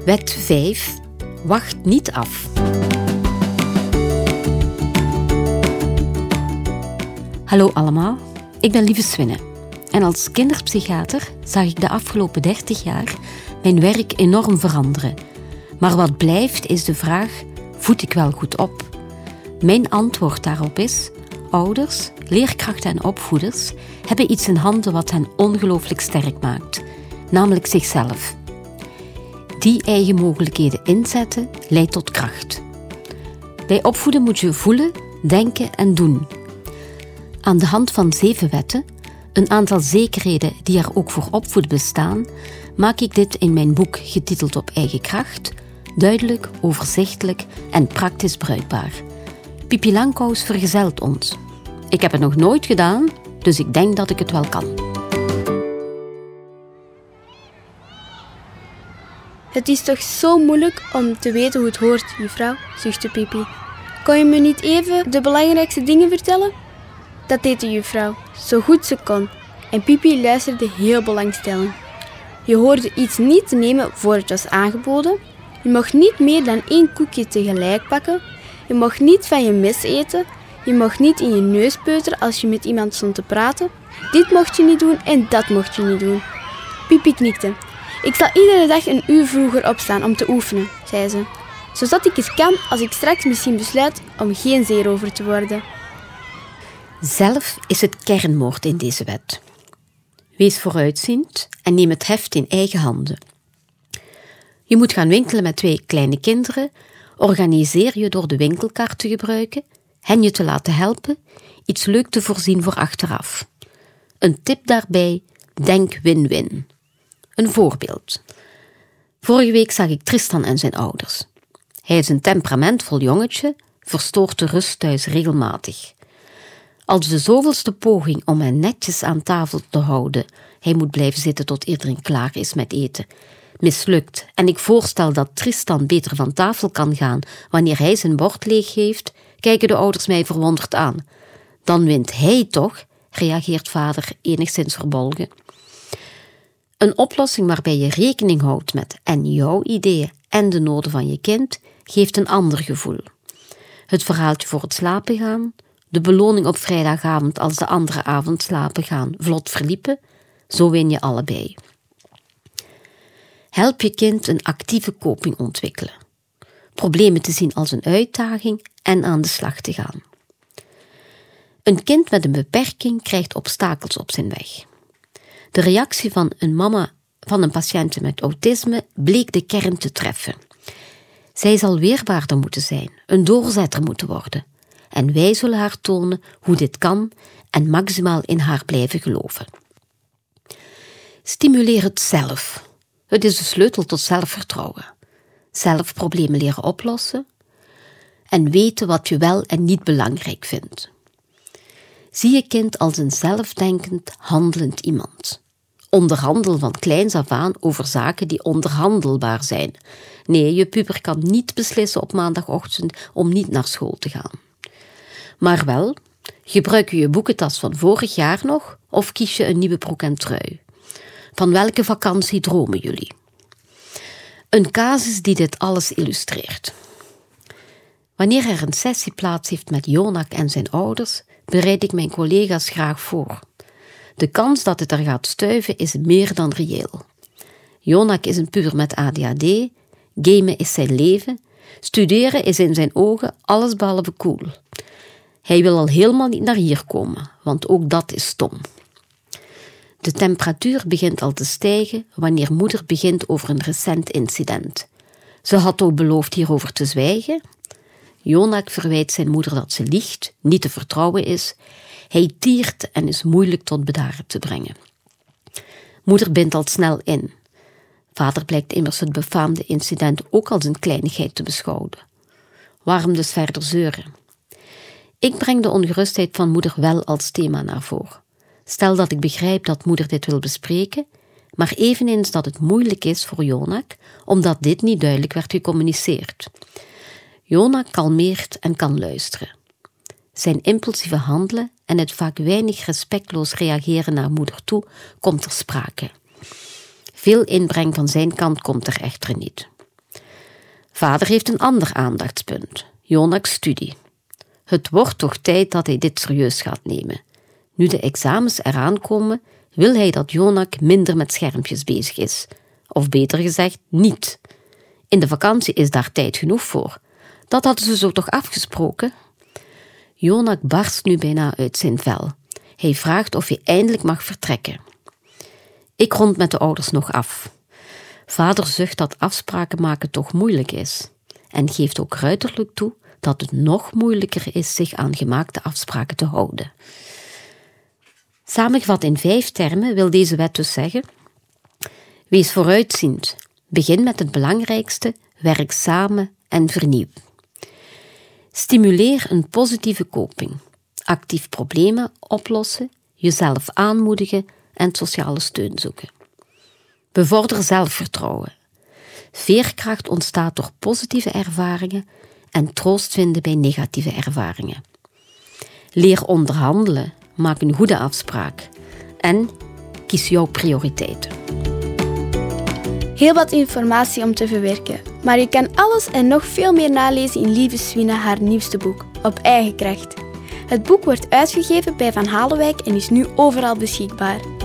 Wet 5. Wacht niet af. Hallo allemaal, ik ben Lieve Swinne. En als kinderpsychiater zag ik de afgelopen 30 jaar mijn werk enorm veranderen. Maar wat blijft is de vraag, voed ik wel goed op? Mijn antwoord daarop is, ouders, leerkrachten en opvoeders hebben iets in handen wat hen ongelooflijk sterk maakt. Namelijk zichzelf. Die eigen mogelijkheden inzetten leidt tot kracht. Bij opvoeden moet je voelen, denken en doen. Aan de hand van 7 wetten, een aantal zekerheden die er ook voor opvoeden bestaan, maak ik dit in mijn boek getiteld Op eigen kracht, duidelijk, overzichtelijk en praktisch bruikbaar. Pipi Langkous vergezelt ons. Ik heb het nog nooit gedaan, dus ik denk dat ik het wel kan. Het is toch zo moeilijk om te weten hoe het hoort, juffrouw, zuchtte Pipi. Kon je me niet even de belangrijkste dingen vertellen? Dat deed de juffrouw, zo goed ze kon. En Pipi luisterde heel belangstellend. Je hoorde iets niet te nemen voor het was aangeboden. Je mocht niet meer dan 1 koekje tegelijk pakken. Je mocht niet van je mes eten. Je mocht niet in je neus peuteren als je met iemand stond te praten. Dit mocht je niet doen en dat mocht je niet doen. Pipi knikte. Ik zal iedere dag 1 uur vroeger opstaan om te oefenen, zei ze. Zodat ik het kan als ik straks misschien besluit om geen zeerover te worden. Zelf is het kernwoord in deze wet. Wees vooruitziend en neem het heft in eigen handen. Je moet gaan winkelen met 2 kleine kinderen, organiseer je door de winkelkaart te gebruiken, hen je te laten helpen, iets leuk te voorzien voor achteraf. Een tip daarbij, denk win-win. Een voorbeeld. Vorige week zag ik Tristan en zijn ouders. Hij is een temperamentvol jongetje, verstoort de rust thuis regelmatig. Als de zoveelste poging om hen netjes aan tafel te houden, hij moet blijven zitten tot iedereen klaar is met eten, mislukt en ik voorstel dat Tristan beter van tafel kan gaan wanneer hij zijn bord leeg heeft, kijken de ouders mij verwonderd aan. Dan wint hij toch, reageert vader enigszins verbolgen. Een oplossing waarbij je rekening houdt met en jouw ideeën en de noden van je kind geeft een ander gevoel. Het verhaaltje voor het slapen gaan, de beloning op vrijdagavond als de andere avond slapen gaan vlot verliepen, zo win je allebei. Help je kind een actieve coping ontwikkelen. Problemen te zien als een uitdaging en aan de slag te gaan. Een kind met een beperking krijgt obstakels op zijn weg. De reactie van een mama van een patiënt met autisme bleek de kern te treffen. Zij zal weerbaarder moeten zijn, een doorzetter moeten worden. En wij zullen haar tonen hoe dit kan en maximaal in haar blijven geloven. Stimuleer het zelf. Het is de sleutel tot zelfvertrouwen. Zelf problemen leren oplossen en weten wat je wel en niet belangrijk vindt. Zie je kind als een zelfdenkend, handelend iemand. Onderhandel van kleins af aan over zaken die onderhandelbaar zijn. Nee, je puber kan niet beslissen op maandagochtend om niet naar school te gaan. Maar wel, gebruik je je boekentas van vorig jaar nog of kies je een nieuwe broek en trui? Van welke vakantie dromen jullie? Een casus die dit alles illustreert. Wanneer er een sessie plaats heeft met Jonak en zijn ouders, bereid ik mijn collega's graag voor. De kans dat het er gaat stuiven is meer dan reëel. Jonak is een puber met ADHD, gamen is zijn leven, studeren is in zijn ogen allesbehalve cool. Hij wil al helemaal niet naar hier komen, want ook dat is stom. De temperatuur begint al te stijgen wanneer moeder begint over een recent incident. Ze had ook beloofd hierover te zwijgen. Jonak verwijt zijn moeder dat ze liegt, niet te vertrouwen is. Hij tiert en is moeilijk tot bedaren te brengen. Moeder bindt al snel in. Vader blijkt immers het befaamde incident ook als een kleinigheid te beschouwen. Waarom dus verder zeuren? Ik breng de ongerustheid van moeder wel als thema naar voren. Stel dat ik begrijp dat moeder dit wil bespreken, maar eveneens dat het moeilijk is voor Jonak, omdat dit niet duidelijk werd gecommuniceerd. Jonak kalmeert en kan luisteren. Zijn impulsieve handelen en het vaak weinig respectloos reageren naar moeder toe komt ter sprake. Veel inbreng van zijn kant komt er echter niet. Vader heeft een ander aandachtspunt, Jonak's studie. Het wordt toch tijd dat hij dit serieus gaat nemen. Nu de examens eraan komen, wil hij dat Jonak minder met schermpjes bezig is. Of beter gezegd, niet. In de vakantie is daar tijd genoeg voor. Dat hadden ze zo toch afgesproken? Jonak barst nu bijna uit zijn vel. Hij vraagt of hij eindelijk mag vertrekken. Ik rond met de ouders nog af. Vader zucht dat afspraken maken toch moeilijk is. En geeft ook ruiterlijk toe dat het nog moeilijker is zich aan gemaakte afspraken te houden. Samengevat in 5 termen wil deze wet dus zeggen: wees vooruitziend, begin met het belangrijkste, werk samen en vernieuw. Stimuleer een positieve coping, actief problemen oplossen, jezelf aanmoedigen en sociale steun zoeken. Bevorder zelfvertrouwen. Veerkracht ontstaat door positieve ervaringen en troost vinden bij negatieve ervaringen. Leer onderhandelen, maak een goede afspraak en kies jouw prioriteiten. Heel wat informatie om te verwerken, maar je kan alles en nog veel meer nalezen in Lieve Swina haar nieuwste boek, Op eigen kracht. Het boek wordt uitgegeven bij Van Halenwijk en is nu overal beschikbaar.